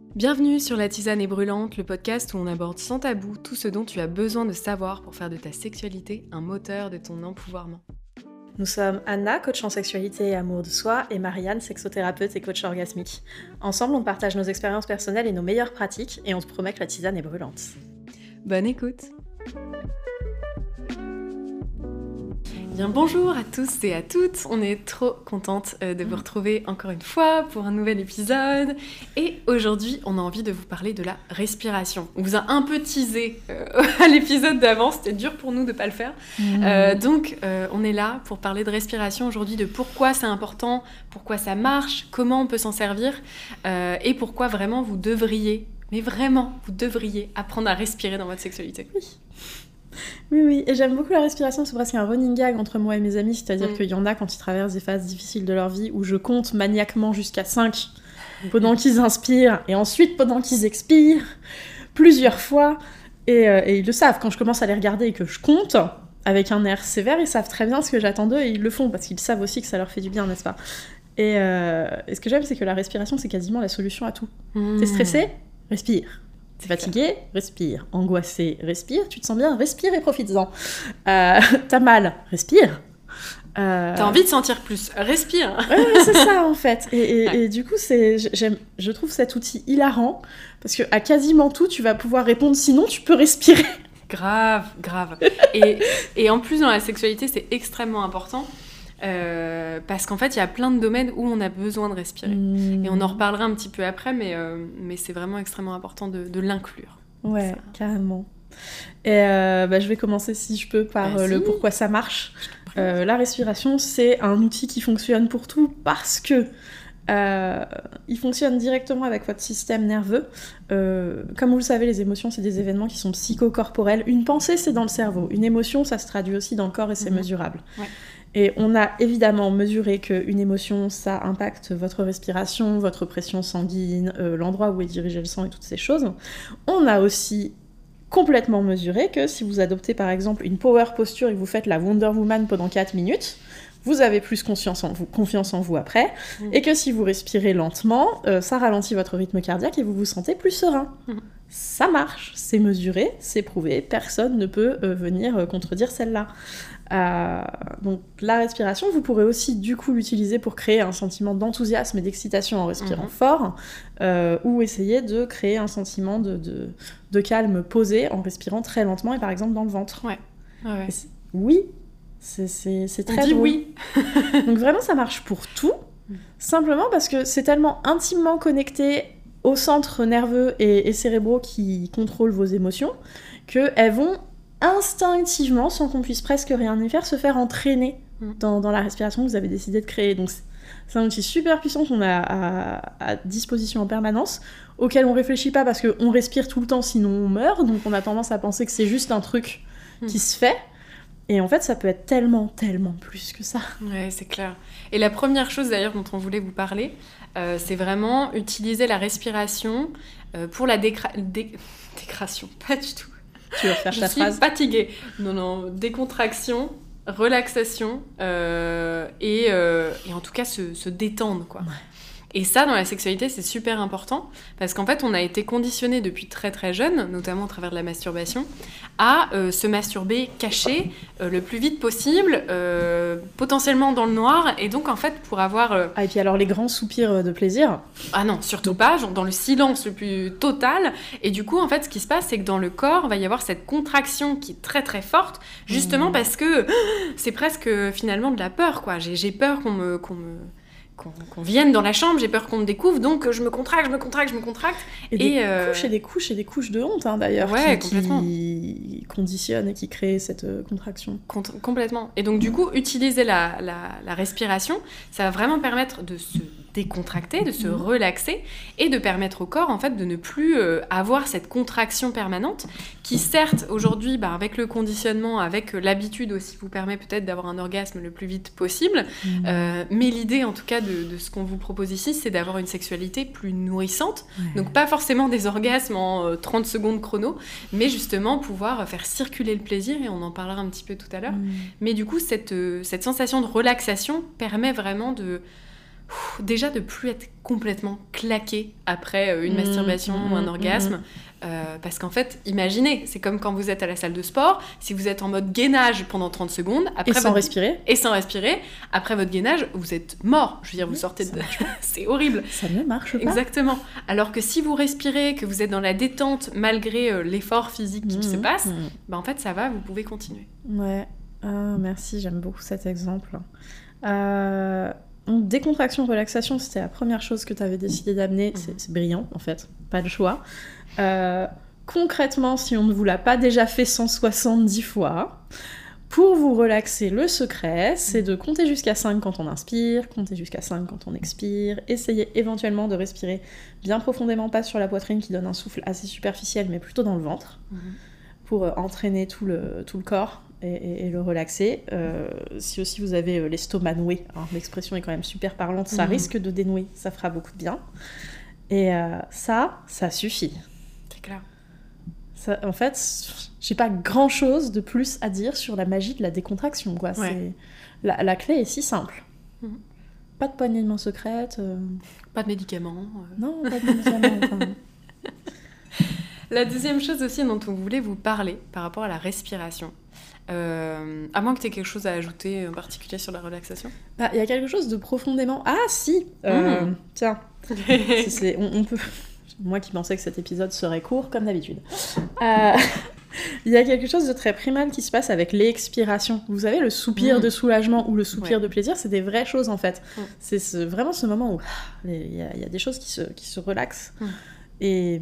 Bienvenue sur La Tisane est brûlante, le podcast où on aborde sans tabou tout ce dont tu as besoin de savoir pour faire de ta sexualité un moteur de ton empouvoirment. Nous sommes Anna, coach en sexualité et amour de soi, et Marianne, sexothérapeute et coach orgasmique. Ensemble, on partage nos expériences personnelles et nos meilleures pratiques, et on te promet que la tisane est brûlante. Bonne écoute. Bien, bonjour à tous et à toutes, on est trop contente de vous retrouver encore une fois pour un nouvel épisode. Et aujourd'hui, on a envie de vous parler de la respiration. On vous a un peu teasé à l'épisode d'avant, c'était dur pour nous de ne pas le faire. Donc, on est là pour parler de respiration aujourd'hui, de pourquoi c'est important, pourquoi ça marche, comment on peut s'en servir, et pourquoi vraiment vous devriez, mais vraiment, vous devriez apprendre à respirer dans votre sexualité. Oui, et j'aime beaucoup la respiration, c'est presque un running gag entre moi et mes amis, c'est-à-dire qu'il y en a quand ils traversent des phases difficiles de leur vie où je compte maniaquement jusqu'à 5 pendant qu'ils inspirent et ensuite pendant qu'ils expirent plusieurs fois, et ils le savent, quand je commence à les regarder et que je compte avec un air sévère, ils savent très bien ce que j'attends d'eux et ils le font parce qu'ils savent aussi que ça leur fait du bien, n'est-ce pas ? Et ce que j'aime, c'est que la respiration, c'est quasiment la solution à tout. T'es stressé ? Respire. T'es fatigué, respire. Angoissé, respire. Tu te sens bien, respire et profites-en. T'as mal, respire. T'as envie de sentir plus, respire. Ouais, c'est ça en fait. Et du coup, je trouve cet outil hilarant parce qu'à quasiment tout, tu vas pouvoir répondre. Sinon, tu peux respirer. Grave. Et en plus, dans la sexualité, c'est extrêmement important. Parce qu'en fait, il y a plein de domaines où on a besoin de respirer. Et on en reparlera un petit peu après, mais c'est vraiment extrêmement important de l'inclure. Ouais, carrément. Et je vais commencer, si je peux, par le pourquoi ça marche. La respiration, c'est un outil qui fonctionne pour tout parce que il fonctionne directement avec votre système nerveux. Comme vous le savez, les émotions, c'est des événements qui sont psychocorporels. Une pensée, c'est dans le cerveau. Une émotion, ça se traduit aussi dans le corps et c'est mesurable. Ouais. Et on a évidemment mesuré qu'une émotion, ça impacte votre respiration, votre pression sanguine, l'endroit où est dirigé le sang et toutes ces choses. On a aussi complètement mesuré que si vous adoptez par exemple une power posture et que vous faites la Wonder Woman pendant 4 minutes, vous avez plus confiance en vous après, et que si vous respirez lentement, ça ralentit votre rythme cardiaque et vous vous sentez plus serein. Ça marche, c'est mesuré, c'est prouvé, personne ne peut venir contredire celle-là. Donc la respiration, vous pourrez aussi du coup l'utiliser pour créer un sentiment d'enthousiasme et d'excitation en respirant fort, ou essayer de créer un sentiment de calme posé en respirant très lentement et par exemple dans le ventre. Ouais. Oui, c'est très drôle. Oui. Donc vraiment ça marche pour tout, simplement parce que c'est tellement intimement connecté aux centres nerveux et cérébraux qui contrôlent vos émotions qu'elles vont instinctivement, sans qu'on puisse presque rien y faire, se faire entraîner dans la respiration que vous avez décidé de créer. Donc c'est un outil super puissant qu'on a à disposition en permanence, auquel on réfléchit pas parce qu'on respire tout le temps, sinon on meurt, donc on a tendance à penser que c'est juste un truc qui se fait. Et en fait, ça peut être tellement plus que ça. Ouais, c'est clair. Et la première chose d'ailleurs dont on voulait vous parler, c'est vraiment utiliser la respiration pour la décration. Pas du tout. Tu veux faire ta phrase ? Je suis fatiguée. Non, décontraction, relaxation et en tout cas se détendre, quoi. Ouais. Et ça, dans la sexualité, c'est super important parce qu'en fait, on a été conditionné depuis très très jeune, notamment au travers de la masturbation, à se masturber caché le plus vite possible, potentiellement dans le noir, et donc en fait, pour avoir... Ah, et puis alors les grands soupirs de plaisir ? Ah non, surtout pas, genre dans le silence le plus total, et du coup, en fait, ce qui se passe, c'est que dans le corps, il va y avoir cette contraction qui est très très forte, justement parce que c'est presque finalement de la peur, quoi. J'ai peur qu'on vienne dans la chambre, j'ai peur qu'on me découvre, donc je me contracte. Et des couches de honte, d'ailleurs, qui conditionnent et qui créent cette contraction. Complètement. Et donc, du coup, utiliser la respiration, ça va vraiment permettre de se décontracter, de se relaxer, et de permettre au corps, en fait, de ne plus avoir cette contraction permanente, qui certes, aujourd'hui, avec le conditionnement, avec l'habitude aussi, vous permet peut-être d'avoir un orgasme le plus vite possible, mais l'idée, en tout cas, de ce qu'on vous propose ici, c'est d'avoir une sexualité plus nourrissante. Donc pas forcément des orgasmes en 30 secondes chrono, mais justement pouvoir faire circuler le plaisir, et on en parlera un petit peu tout à l'heure. Mais du coup, cette sensation de relaxation permet vraiment déjà de plus être complètement claqué après une masturbation ou un orgasme. Parce qu'en fait, imaginez, c'est comme quand vous êtes à la salle de sport, si vous êtes en mode gainage pendant 30 secondes, après sans respirer, après votre gainage, vous êtes mort. Je veux dire, vous sortez de... c'est horrible. Ça ne marche pas. Exactement. Alors que si vous respirez, que vous êtes dans la détente malgré l'effort physique qui se passe, en fait, ça va, vous pouvez continuer. Ouais. Merci, j'aime beaucoup cet exemple. Donc, décontraction, relaxation, c'était la première chose que tu avais décidé d'amener. C'est brillant, en fait. Pas le choix. Concrètement, si on ne vous l'a pas déjà fait 170 fois, pour vous relaxer, le secret, c'est de compter jusqu'à 5 quand on inspire, compter jusqu'à 5 quand on expire, essayer éventuellement de respirer bien profondément, pas sur la poitrine qui donne un souffle assez superficiel, mais plutôt dans le ventre, pour entraîner tout le corps et le relaxer. Si aussi vous avez l'estomac noué, hein, l'expression est quand même super parlante, ça risque de dénouer, ça fera beaucoup de bien. Et ça suffit. C'est clair. Ça, en fait, j'ai pas grand-chose de plus à dire sur la magie de la décontraction, quoi. Ouais. La clé est si simple. Pas de poignée de main secrète. Pas de médicaments. Non, pas de médicaments. Enfin... La deuxième chose aussi dont on voulait vous parler par rapport à la respiration, à moins que tu aies quelque chose à ajouter en particulier sur la relaxation. Il y a quelque chose de profondément... Ah si Tiens, on peut... Moi qui pensais que cet épisode serait court, comme d'habitude. Il y a quelque chose de très primal qui se passe avec l'expiration. Vous savez, le soupir de soulagement ou le soupir de plaisir, c'est des vraies choses en fait. C'est vraiment ce moment où il y a des choses qui se relaxent. Et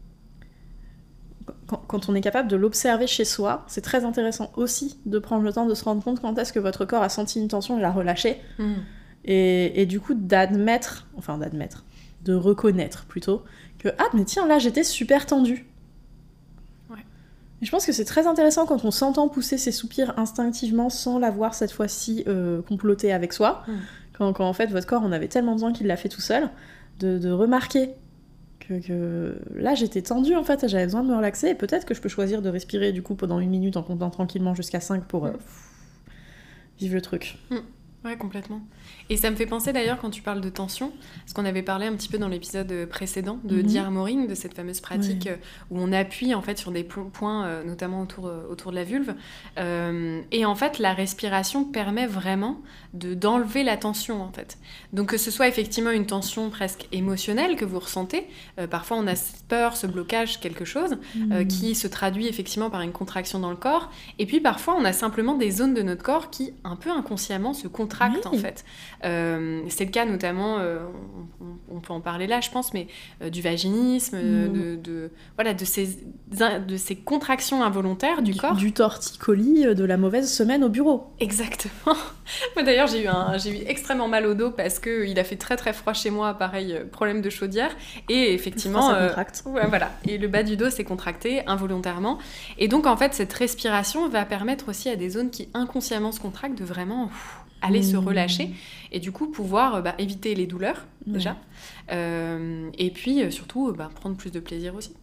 quand on est capable de l'observer chez soi, c'est très intéressant aussi de prendre le temps de se rendre compte quand est-ce que votre corps a senti une tension et l'a relâché. Et du coup, de reconnaître plutôt que mais tiens, là j'étais super tendue. Et je pense que c'est très intéressant quand on s'entend pousser ses soupirs instinctivement sans l'avoir cette fois-ci comploté avec soi, quand en fait votre corps en avait tellement besoin qu'il l'a fait tout seul, de remarquer que là j'étais tendue en fait, j'avais besoin de me relaxer, et peut-être que je peux choisir de respirer du coup pendant 1 minute en comptant tranquillement jusqu'à 5 pour vivre le truc. Ouais, complètement. Et ça me fait penser d'ailleurs quand tu parles de tension, parce qu'on avait parlé un petit peu dans l'épisode précédent de de-armoring, de cette fameuse pratique où on appuie en fait sur des points, notamment autour de la vulve. Et en fait, la respiration permet vraiment d'enlever la tension en fait. Donc que ce soit effectivement une tension presque émotionnelle que vous ressentez, parfois on a cette peur, ce blocage, quelque chose qui se traduit effectivement par une contraction dans le corps. Et puis parfois on a simplement des zones de notre corps qui un peu inconsciemment se contractent en fait. C'est le cas notamment, on peut en parler là je pense, mais du vaginisme, de ces contractions involontaires du corps. Du torticolis, de la mauvaise semaine au bureau. Exactement. Moi d'ailleurs j'ai eu extrêmement mal au dos parce qu'il a fait très très froid chez moi, pareil, problème de chaudière, et effectivement... Ça contracte. Voilà, et le bas du dos s'est contracté involontairement. Et donc en fait cette respiration va permettre aussi à des zones qui inconsciemment se contractent de vraiment... aller se relâcher et du coup pouvoir éviter les douleurs déjà et puis surtout prendre plus de plaisir aussi.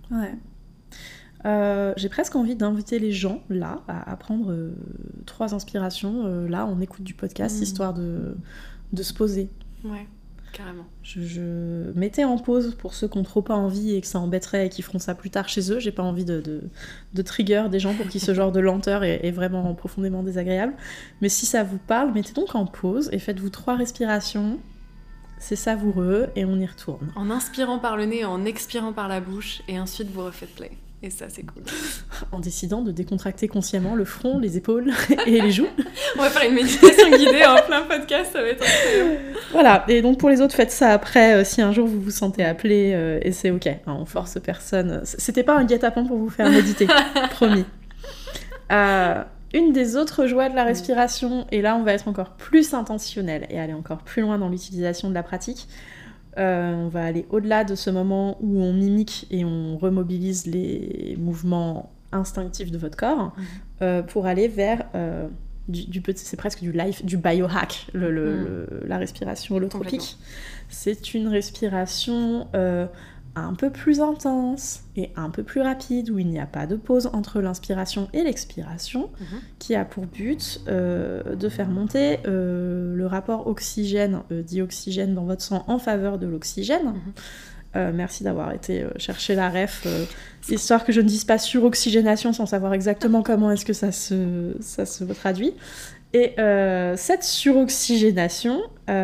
J'ai presque envie d'inviter les gens là à prendre 3 inspirations là en écoute du podcast histoire de se poser. Ouais, carrément. Je mettais en pause pour ceux qui n'ont trop pas envie et que ça embêterait et qui feront ça plus tard chez eux. J'ai pas envie de trigger des gens pour qui ce genre de lenteur est vraiment profondément désagréable. Mais si ça vous parle, mettez donc en pause et faites-vous 3 respirations. C'est savoureux et on y retourne. En inspirant par le nez, en expirant par la bouche et ensuite vous refaites play. Et ça, c'est cool. En décidant de décontracter consciemment le front, les épaules et les joues. On va faire une méditation guidée en plein podcast, ça va être incroyable. Voilà, et donc pour les autres, faites ça après, si un jour vous vous sentez appelé, et c'est ok. On force personne. C'était pas un guet-apens pour vous faire méditer, promis. Une des autres joies de la respiration, et là on va être encore plus intentionnel et aller encore plus loin dans l'utilisation de la pratique, on va aller au-delà de ce moment où on mimique et on remobilise les mouvements instinctifs de votre corps pour aller vers c'est presque du biohack, la respiration holotropique. C'est une respiration un peu plus intense et un peu plus rapide, où il n'y a pas de pause entre l'inspiration et l'expiration, qui a pour but de faire monter le rapport oxygène-dioxygène dans votre sang en faveur de l'oxygène. Merci d'avoir été chercher la ref, histoire que je ne dise pas suroxygénation sans savoir exactement comment est-ce que ça se traduit. Et cette suroxygénation,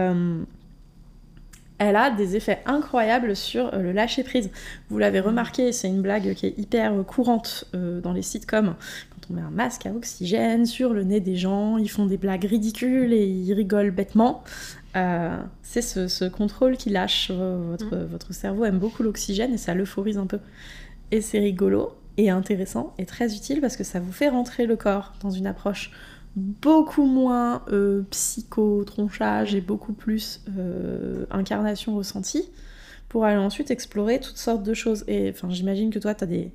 elle a des effets incroyables sur le lâcher-prise. Vous l'avez remarqué, c'est une blague qui est hyper courante dans les sitcoms. Quand on met un masque à oxygène sur le nez des gens, ils font des blagues ridicules et ils rigolent bêtement. C'est ce contrôle qui lâche. Votre cerveau aime beaucoup l'oxygène et ça l'euphorise un peu. Et c'est rigolo et intéressant et très utile parce que ça vous fait rentrer le corps dans une approche beaucoup moins psycho-tronchage et beaucoup plus incarnation ressentie pour aller ensuite explorer toutes sortes de choses. Et j'imagine que toi, tu as des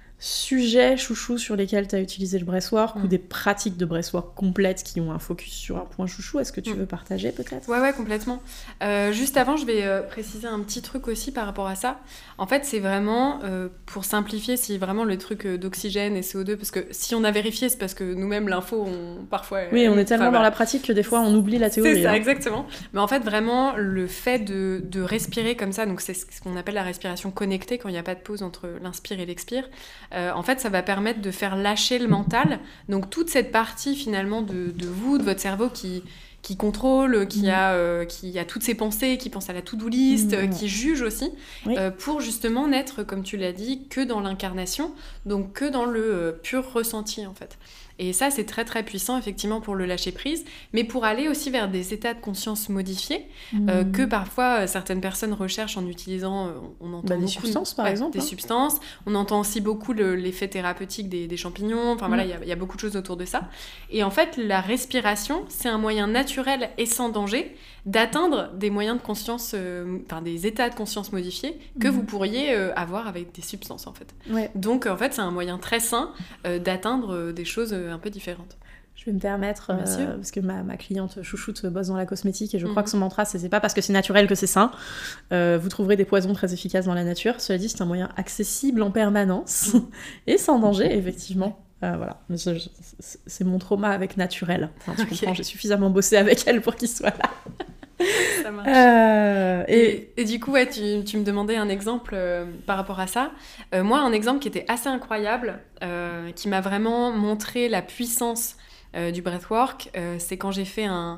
sujets chouchous sur lesquels tu as utilisé le breathwork ou des pratiques de breathwork complètes qui ont un focus sur un point chouchou. Est-ce que tu veux partager peut-être ? Ouais, complètement. Juste avant, je vais préciser un petit truc aussi par rapport à ça. En fait, c'est vraiment, pour simplifier, si vraiment le truc d'oxygène et CO2, parce que si on a vérifié, c'est parce que nous-mêmes, l'info, parfois... Oui, on est tellement dans la pratique que des fois, on oublie la théorie. C'est ça, exactement. Mais en fait, vraiment, le fait de respirer comme ça, donc c'est ce qu'on appelle la respiration connectée, quand il n'y a pas de pause entre l'inspire et l'expire, en fait, ça va permettre de faire lâcher le mental. Donc, toute cette partie, finalement, de vous, de votre cerveau qui contrôle, qui a toutes ses pensées, qui pense à la to-do list, qui juge aussi, pour justement n'être, comme tu l'as dit, que dans l'incarnation, donc que dans le pur ressenti, en fait. Et ça, c'est très très puissant, effectivement, pour le lâcher-prise, mais pour aller aussi vers des états de conscience modifiés, que parfois certaines personnes recherchent en utilisant, on entend des substances, par exemple. Des substances. On entend aussi beaucoup l'effet thérapeutique des champignons. Enfin voilà, il y a beaucoup de choses autour de ça. Et en fait, la respiration, c'est un moyen naturel et sans danger d'atteindre des moyens de conscience, des états de conscience modifiés que vous pourriez avoir avec des substances, en fait. Ouais. Donc, en fait, c'est un moyen très sain d'atteindre des choses un peu différentes. Je vais me permettre, parce que ma cliente chouchoute bosse dans la cosmétique et je crois que son mantra, c'est pas parce que c'est naturel que c'est sain. Vous trouverez des poisons très efficaces dans la nature. Cela dit, c'est un moyen accessible en permanence et sans danger, effectivement. Voilà, c'est mon trauma avec naturel. Tu comprends, j'ai suffisamment bossé avec elle pour qu'il soit là. Ça marche. Et du coup, tu me demandais un exemple par rapport à ça. Moi, un exemple qui était assez incroyable, qui m'a vraiment montré la puissance du breathwork, c'est quand j'ai fait un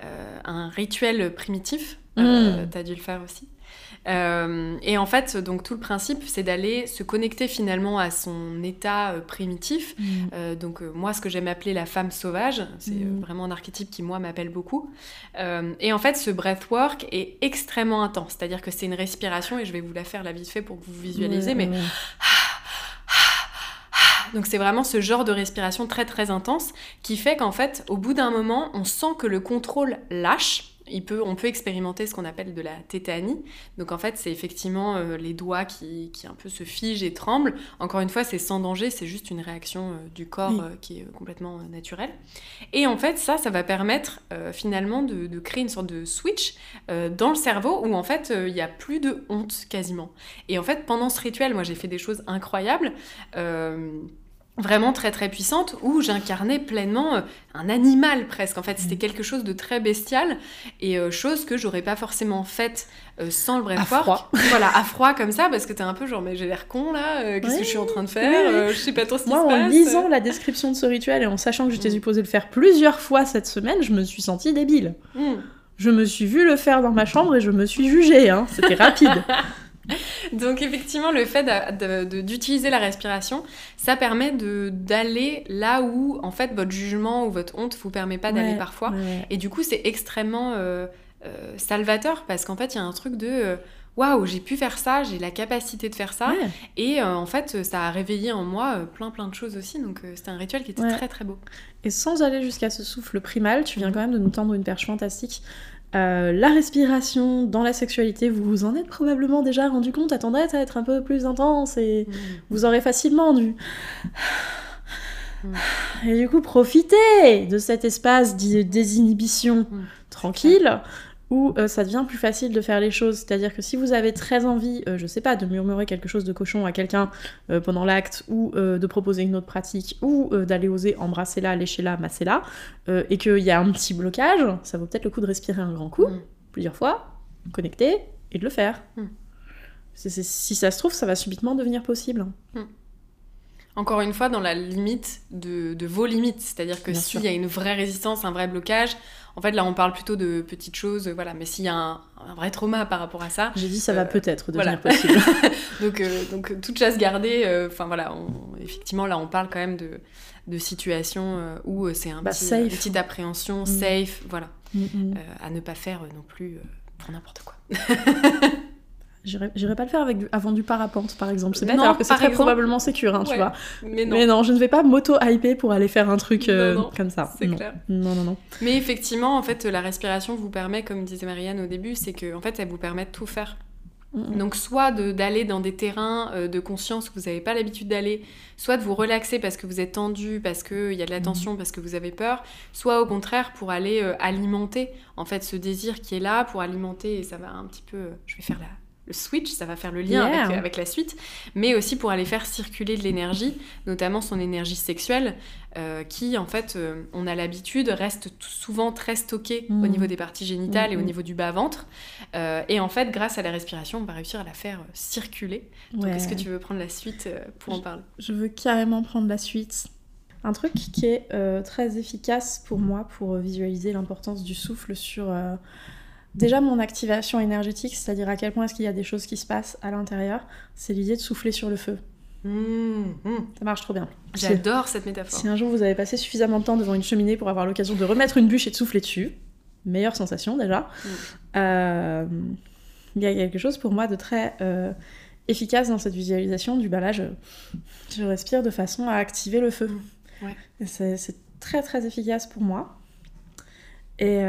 rituel primitif. T'as dû le faire aussi. Et en fait, donc tout le principe, c'est d'aller se connecter finalement à son état primitif. Donc moi, ce que j'aime appeler la femme sauvage, c'est vraiment un archétype qui, moi, m'appelle beaucoup. Et en fait, ce breathwork est extrêmement intense. C'est-à-dire que c'est une respiration, et je vais vous la faire là vite fait pour que vous visualisez, mais... Donc c'est vraiment ce genre de respiration très très intense qui fait qu'en fait, au bout d'un moment, on sent que le contrôle lâche. On peut expérimenter ce qu'on appelle de la tétanie. Donc en fait, c'est effectivement les doigts qui un peu se figent et tremblent. Encore une fois, c'est sans danger, c'est juste une réaction du corps qui est complètement naturelle. Et en fait, ça va permettre finalement de créer une sorte de switch dans le cerveau où en fait, il n'y a plus de honte quasiment. Et en fait, pendant ce rituel, moi j'ai fait des choses incroyables. Vraiment très très puissante, où j'incarnais pleinement un animal presque. En fait, c'était quelque chose de très bestial et chose que j'aurais pas forcément faite sans le breathwork. À froid. Voilà, à froid comme ça, parce que t'es un peu genre, mais j'ai l'air con là, qu'est-ce que je suis en train de faire, je sais pas trop ce qui se passe. Moi, en lisant la description de ce rituel et en sachant que j'étais supposée le faire plusieurs fois cette semaine, je me suis sentie débile. Je me suis vue le faire dans ma chambre et je me suis jugée, hein. C'était rapide. Donc effectivement, le fait d'utiliser la respiration, ça permet d'aller là où en fait votre jugement ou votre honte vous permet pas d'aller parfois. Et du coup, c'est extrêmement salvateur parce qu'en fait, il y a un truc de waouh, j'ai pu faire ça, j'ai la capacité de faire ça. Et en fait, ça a réveillé en moi plein de choses aussi. Donc c'était un rituel qui était très très beau. Et sans aller jusqu'à ce souffle primal, tu viens quand même de nous tendre une perche fantastique. La respiration dans la sexualité, vous vous en êtes probablement déjà rendu compte, elle tendrait à être un peu plus intense et vous aurez facilement dû... Et du coup, profitez de cet espace de désinhibition tranquille où ça devient plus facile de faire les choses. C'est-à-dire que si vous avez très envie, je sais pas, de murmurer quelque chose de cochon à quelqu'un pendant l'acte, ou de proposer une autre pratique, ou d'aller oser embrasser-la, lécher-la, masser-la, et qu'il y a un petit blocage, ça vaut peut-être le coup de respirer un grand coup, plusieurs fois, connecter, et de le faire. Si ça se trouve, ça va subitement devenir possible. Encore une fois, dans la limite de vos limites. C'est-à-dire que s'il y a une vraie résistance, un vrai blocage, en fait, là, on parle plutôt de petites choses, voilà. Mais s'il y a un vrai trauma par rapport à ça... J'ai dit, ça va peut-être devenir possible. donc, toute chasse gardée, voilà, effectivement, là, on parle quand même de situations où c'est une petite appréhension, safe, voilà. À ne pas faire non plus pour n'importe quoi. J'irai pas le faire avant du parapente, par exemple. C'est bête, alors que c'est très probablement sécure, tu vois. Mais non, je ne vais pas m'auto-hyper pour aller faire un truc comme ça. C'est clair. Non. Mais effectivement, en fait, la respiration vous permet, comme disait Marianne au début, c'est que, en fait, elle vous permet de tout faire. Donc, soit d'aller dans des terrains de conscience que vous n'avez pas l'habitude d'aller, soit de vous relaxer parce que vous êtes tendu, parce qu'il y a de la tension, parce que vous avez peur, soit au contraire pour aller alimenter, en fait, ce désir qui est là, pour alimenter, et ça va un petit peu... je vais faire le switch, ça va faire le lien avec la suite, mais aussi pour aller faire circuler de l'énergie, notamment son énergie sexuelle, qui, en fait, on a l'habitude, reste souvent très stockée au niveau des parties génitales et au niveau du bas-ventre. Et en fait, grâce à la respiration, on va réussir à la faire circuler. Donc, est-ce que tu veux prendre la suite pour en parler ? Je veux carrément prendre la suite. Un truc qui est très efficace pour moi, pour visualiser l'importance du souffle sur... Déjà, mon activation énergétique, c'est-à-dire à quel point est-ce qu'il y a des choses qui se passent à l'intérieur, c'est l'idée de souffler sur le feu. Ça marche trop bien. J'adore cette métaphore. Si un jour vous avez passé suffisamment de temps devant une cheminée pour avoir l'occasion de remettre une bûche et de souffler dessus, meilleure sensation déjà, il y a quelque chose pour moi de très efficace dans cette visualisation du là, je respire de façon à activer le feu. Et c'est très très efficace pour moi. Et...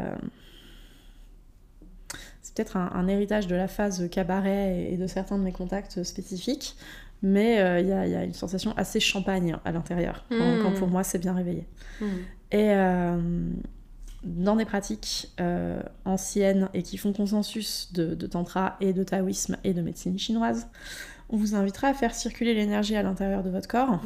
c'est peut-être un héritage de la phase cabaret et de certains de mes contacts spécifiques, mais il y a une sensation assez champagne à l'intérieur, quand pour moi c'est bien réveillé. Et dans des pratiques anciennes et qui font consensus de tantra et de taoïsme et de médecine chinoise, on vous invitera à faire circuler l'énergie à l'intérieur de votre corps,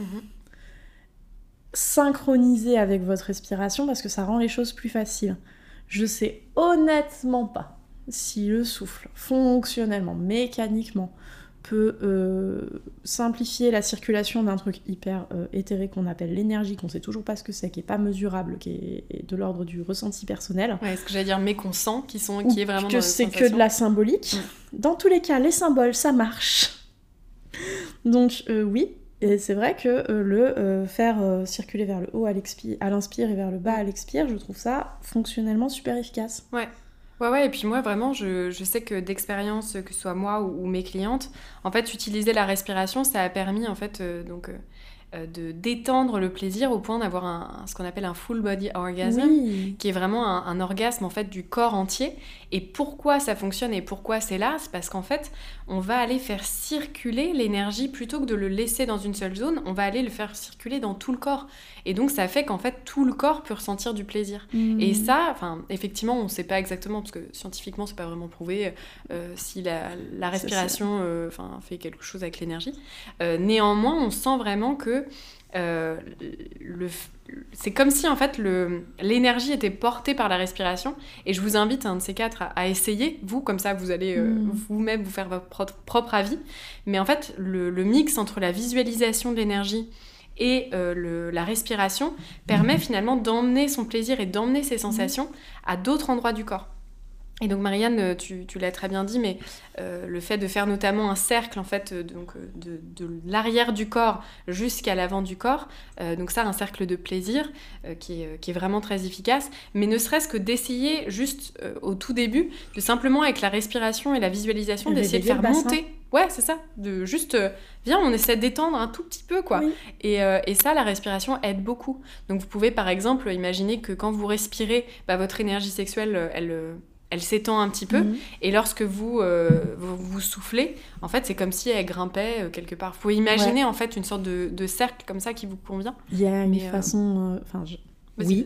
synchroniser avec votre respiration, parce que ça rend les choses plus faciles. Je sais honnêtement pas si le souffle, fonctionnellement, mécaniquement, peut simplifier la circulation d'un truc hyper éthéré qu'on appelle l'énergie, qu'on sait toujours pas ce que c'est, qui est pas mesurable, qui est de l'ordre du ressenti personnel. Ouais, ce que j'allais dire, mais qu'on sent, qui est vraiment que c'est que de la symbolique. Dans tous les cas, les symboles, ça marche. Donc oui, et c'est vrai que le faire circuler vers le haut à l'inspire et vers le bas à l'expire, je trouve ça fonctionnellement super efficace. Ouais, et puis moi, vraiment, je sais que d'expérience, que ce soit moi ou mes clientes, en fait, utiliser la respiration, ça a permis, en fait, de d'étendre le plaisir au point d'avoir ce qu'on appelle un full body orgasm, qui est vraiment un orgasme, en fait, du corps entier. Et pourquoi ça fonctionne et pourquoi c'est là ? C'est parce qu'en fait, on va aller faire circuler l'énergie, plutôt que de le laisser dans une seule zone, on va aller le faire circuler dans tout le corps. Et donc, ça fait qu'en fait, tout le corps peut ressentir du plaisir. Et ça, effectivement, on ne sait pas exactement, parce que scientifiquement, c'est pas vraiment prouvé si la respiration fait quelque chose avec l'énergie. Néanmoins, on sent vraiment que c'est comme si en fait l'énergie était portée par la respiration, et je vous invite un de ces quatre à essayer, vous, comme ça vous allez vous-même vous faire votre propre avis, mais en fait le mix entre la visualisation de l'énergie et la respiration permet finalement d'emmener son plaisir et d'emmener ses sensations à d'autres endroits du corps. Et donc Marianne, tu l'as très bien dit, mais le fait de faire notamment un cercle en fait, de l'arrière du corps jusqu'à l'avant du corps, donc ça, un cercle de plaisir qui est vraiment très efficace, mais ne serait-ce que d'essayer juste au tout début, de simplement avec la respiration et la visualisation, d'essayer de faire monter. Ouais, c'est ça, de juste, viens, on essaie d'étendre un tout petit peu, quoi. Oui. Et ça, la respiration aide beaucoup. Donc vous pouvez par exemple imaginer que quand vous respirez, votre énergie sexuelle, elle s'étend un petit peu, et lorsque vous soufflez, en fait, c'est comme si elle grimpait quelque part. Vous pouvez imaginer en fait une sorte de cercle comme ça qui vous convient. Il y a une façon... Oui,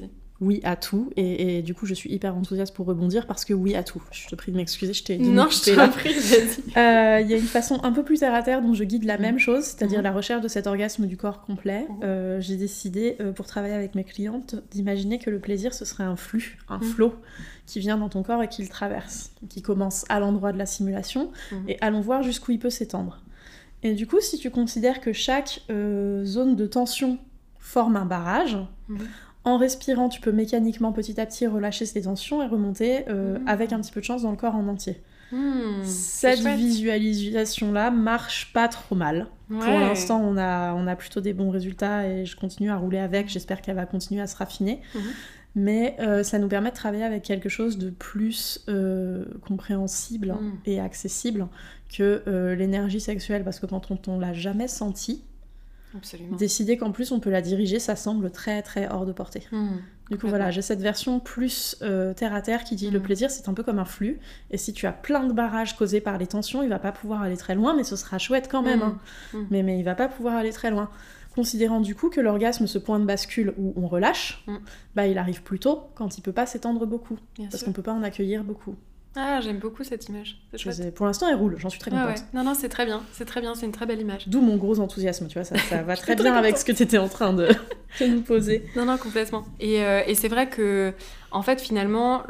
oui à tout. Et du coup, je suis hyper enthousiaste pour rebondir parce que oui à tout. Je te prie de m'excuser, je t'ai dit. Non, je t'en prie, vas-y. Il y a une façon un peu plus terre à terre dont je guide la même chose, c'est-à-dire la recherche de cet orgasme du corps complet. J'ai décidé, pour travailler avec mes clientes, d'imaginer que le plaisir, ce serait un flux, un flow qui vient dans ton corps et qui le traverse, qui commence à l'endroit de la simulation, et allons voir jusqu'où il peut s'étendre. Et du coup, si tu considères que chaque zone de tension forme un barrage, en respirant, tu peux mécaniquement petit à petit relâcher ces tensions et remonter avec un petit peu de chance dans le corps en entier. Cette visualisation-là marche pas trop mal. Ouais. Pour l'instant, on a plutôt des bons résultats et je continue à rouler avec. J'espère qu'elle va continuer à se raffiner. Mais ça nous permet de travailler avec quelque chose de plus compréhensible et accessible que l'énergie sexuelle, parce que quand on l'a jamais sentie, absolument. Décider qu'en plus on peut la diriger, ça semble très très hors de portée. Du coup voilà, j'ai cette version plus terre à terre qui dit le plaisir c'est un peu comme un flux, et si tu as plein de barrages causés par les tensions, il va pas pouvoir aller très loin, mais ce sera chouette quand même, mais il va pas pouvoir aller très loin. Considérant du coup que l'orgasme, ce point de bascule où on relâche, il arrive plutôt quand il peut pas s'étendre beaucoup, parce qu'on peut pas en accueillir beaucoup. Ah, j'aime beaucoup cette image. Pour l'instant, elle roule, j'en suis très contente. Ouais. Non, c'est très bien, c'est une très belle image. D'où mon gros enthousiasme, tu vois, ça va très bien avec ce que tu étais en train de nous poser. Non, complètement. Et c'est vrai que, en fait, finalement,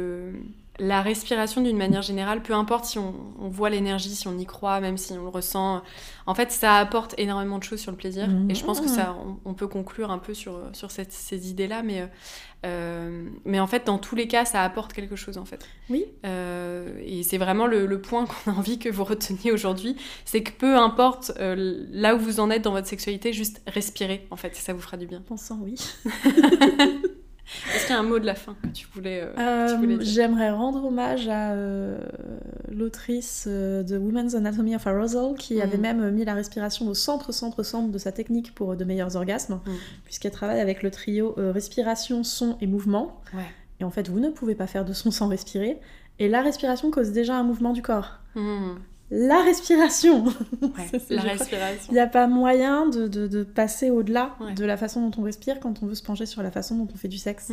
la respiration d'une manière générale, peu importe si on voit l'énergie, si on y croit, même si on le ressent, en fait ça apporte énormément de choses sur le plaisir, et je pense que ça, on peut conclure un peu sur ces idées-là, mais en fait dans tous les cas ça apporte quelque chose en fait. Oui. Et c'est vraiment le point qu'on a envie que vous reteniez aujourd'hui, c'est que peu importe là où vous en êtes dans votre sexualité, juste respirez en fait, ça vous fera du bien. Pensant oui. Est-ce qu'il y a un mot de la fin que tu voulais dire ? J'aimerais rendre hommage à l'autrice de Women's Anatomy of Arousal qui avait même mis la respiration au centre de sa technique pour de meilleurs orgasmes, puisqu'elle travaille avec le trio respiration, son et mouvement. Ouais. Et en fait, vous ne pouvez pas faire de son sans respirer, et la respiration cause déjà un mouvement du corps. La respiration. La respiration. Il n'y a pas moyen de passer au-delà de la façon dont on respire quand on veut se pencher sur la façon dont on fait du sexe.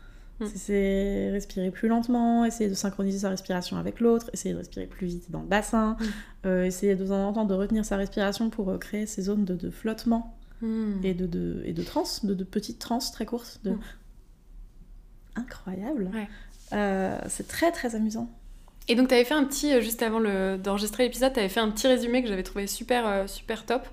C'est respirer plus lentement, essayer de synchroniser sa respiration avec l'autre, essayer de respirer plus vite dans le bassin, essayer de temps en temps de retenir sa respiration pour créer ces zones de flottement et de transe, de petites transes très courtes. Incroyable. C'est très très amusant. Et donc, tu avais fait un petit, juste avant d'enregistrer l'épisode, tu avais fait un petit résumé que j'avais trouvé super top,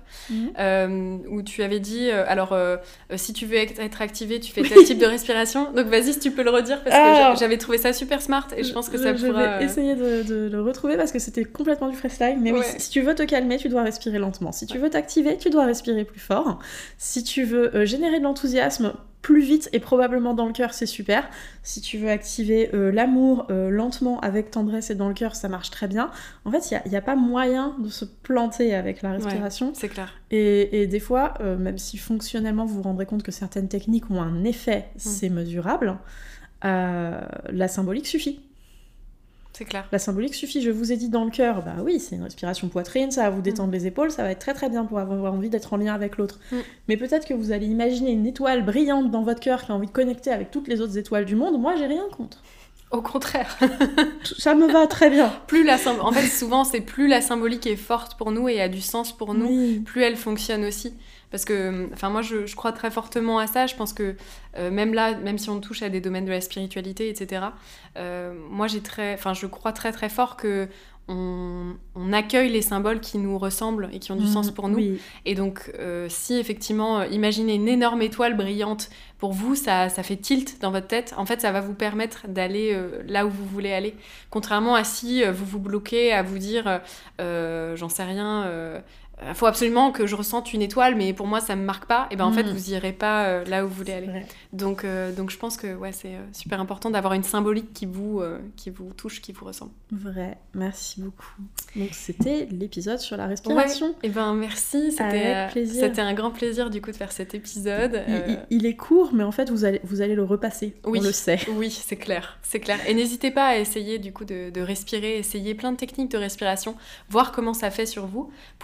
où tu avais dit, si tu veux être activé, tu fais tel type de respiration. Donc, vas-y, si tu peux le redire, parce que j'avais trouvé ça super smart, et je pense que ça pourra... Je vais essayer de le retrouver, parce que c'était complètement du freestyle, mais oui, si tu veux te calmer, tu dois respirer lentement. Si tu veux t'activer, tu dois respirer plus fort. Si tu veux générer de l'enthousiasme, plus vite et probablement dans le cœur, c'est super. Si tu veux activer l'amour lentement, avec tendresse et dans le cœur, ça marche très bien. En fait, il n'y a pas moyen de se planter avec la respiration. Ouais, c'est clair. Et des fois, même si fonctionnellement vous vous rendrez compte que certaines techniques ont un effet, c'est mesurable, la symbolique suffit. C'est clair. La symbolique suffit. Je vous ai dit dans le cœur, bah oui, c'est une respiration poitrine, ça va vous détendre les épaules, ça va être très très bien pour avoir envie d'être en lien avec l'autre. Mais peut-être que vous allez imaginer une étoile brillante dans votre cœur qui a envie de connecter avec toutes les autres étoiles du monde. Moi, j'ai rien contre. Au contraire. Ça me va très bien. En fait, souvent, c'est plus la symbolique est forte pour nous et a du sens pour nous, plus elle fonctionne aussi. Parce que, moi, je crois très fortement à ça. Je pense que même si on touche à des domaines de la spiritualité, etc., moi, je crois très très fort que on accueille les symboles qui nous ressemblent et qui ont du sens pour nous. Oui. Et donc, si effectivement, imaginez une énorme étoile brillante, pour vous, ça fait tilt dans votre tête. En fait, ça va vous permettre d'aller là où vous voulez aller. Contrairement à si vous vous bloquez à vous dire, j'en sais rien... Il faut absolument que je ressente une étoile, mais pour moi, ça ne me marque pas. Et en fait, vous n'irez pas là où vous voulez aller. Donc, je pense que c'est super important d'avoir une symbolique qui vous touche, qui vous ressemble. Vrai, merci beaucoup. Donc, c'était l'épisode sur la respiration. Ouais. Et merci, c'était un grand plaisir du coup de faire cet épisode. Il est court, mais en fait, vous allez le repasser, on le sait. Oui, c'est clair. Et n'hésitez pas à essayer du coup de respirer, essayer plein de techniques de respiration, voir comment ça fait sur vous. Vous pouvez d'abord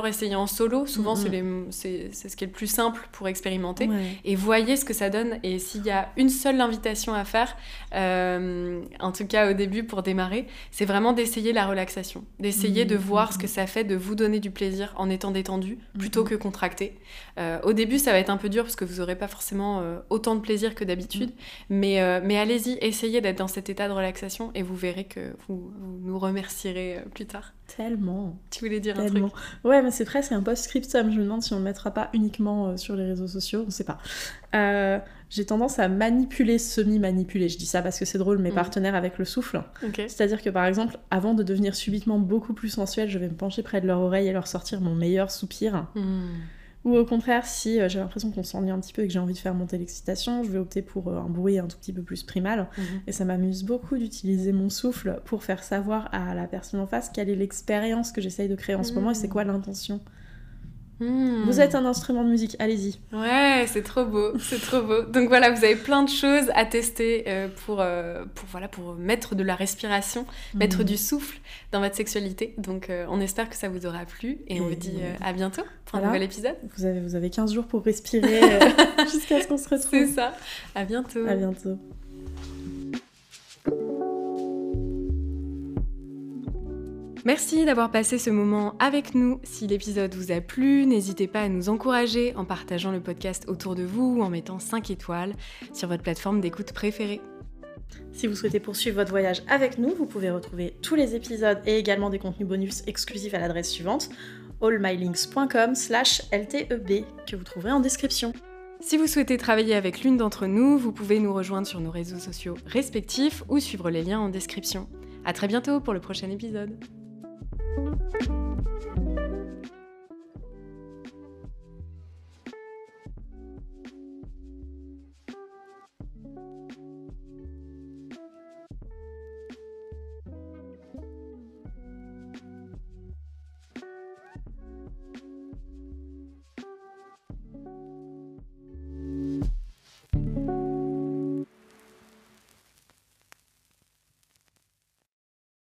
essayer en solo. Souvent, c'est ce qui est le plus simple pour expérimenter. Et voyez ce que ça donne. Et s'il y a une seule invitation à faire, en tout cas au début pour démarrer, c'est vraiment d'essayer la relaxation. D'essayer de voir ce que ça fait de vous donner du plaisir en étant détendu plutôt que contracté. Au début, ça va être un peu dur parce que vous n'aurez pas forcément autant de plaisir que d'habitude. Mais allez-y, essayez d'être dans cet état de relaxation et vous verrez que vous nous remercierez plus tard. Tellement. Tu voulais dire un truc? Ouais, mais c'est presque un post-scriptum. Je me demande si on ne le mettra pas uniquement sur les réseaux sociaux, on ne sait pas. J'ai tendance à semi-manipuler. Je dis ça parce que c'est drôle, mes partenaires avec le souffle. Okay. C'est-à-dire que par exemple, avant de devenir subitement beaucoup plus sensuelle, je vais me pencher près de leur oreille et leur sortir mon meilleur soupir. Ou au contraire, si j'ai l'impression qu'on s'ennuie un petit peu et que j'ai envie de faire monter l'excitation, je vais opter pour un bruit un tout petit peu plus primal. Et ça m'amuse beaucoup d'utiliser mon souffle pour faire savoir à la personne en face quelle est l'expérience que j'essaye de créer en ce moment et c'est quoi l'intention. Vous êtes un instrument de musique, allez-y. Ouais, c'est trop beau. Donc voilà, vous avez plein de choses à tester pour mettre de la respiration, mettre du souffle dans votre sexualité. Donc on espère que ça vous aura plu et on vous dit à bientôt pour un nouvel épisode. Vous avez 15 jours pour respirer jusqu'à ce qu'on se retrouve. C'est ça, à bientôt. À bientôt. Merci d'avoir passé ce moment avec nous. Si l'épisode vous a plu, n'hésitez pas à nous encourager en partageant le podcast autour de vous ou en mettant 5 étoiles sur votre plateforme d'écoute préférée. Si vous souhaitez poursuivre votre voyage avec nous, vous pouvez retrouver tous les épisodes et également des contenus bonus exclusifs à l'adresse suivante, allmylinks.com/lteb, que vous trouverez en description. Si vous souhaitez travailler avec l'une d'entre nous, vous pouvez nous rejoindre sur nos réseaux sociaux respectifs ou suivre les liens en description. À très bientôt pour le prochain épisode.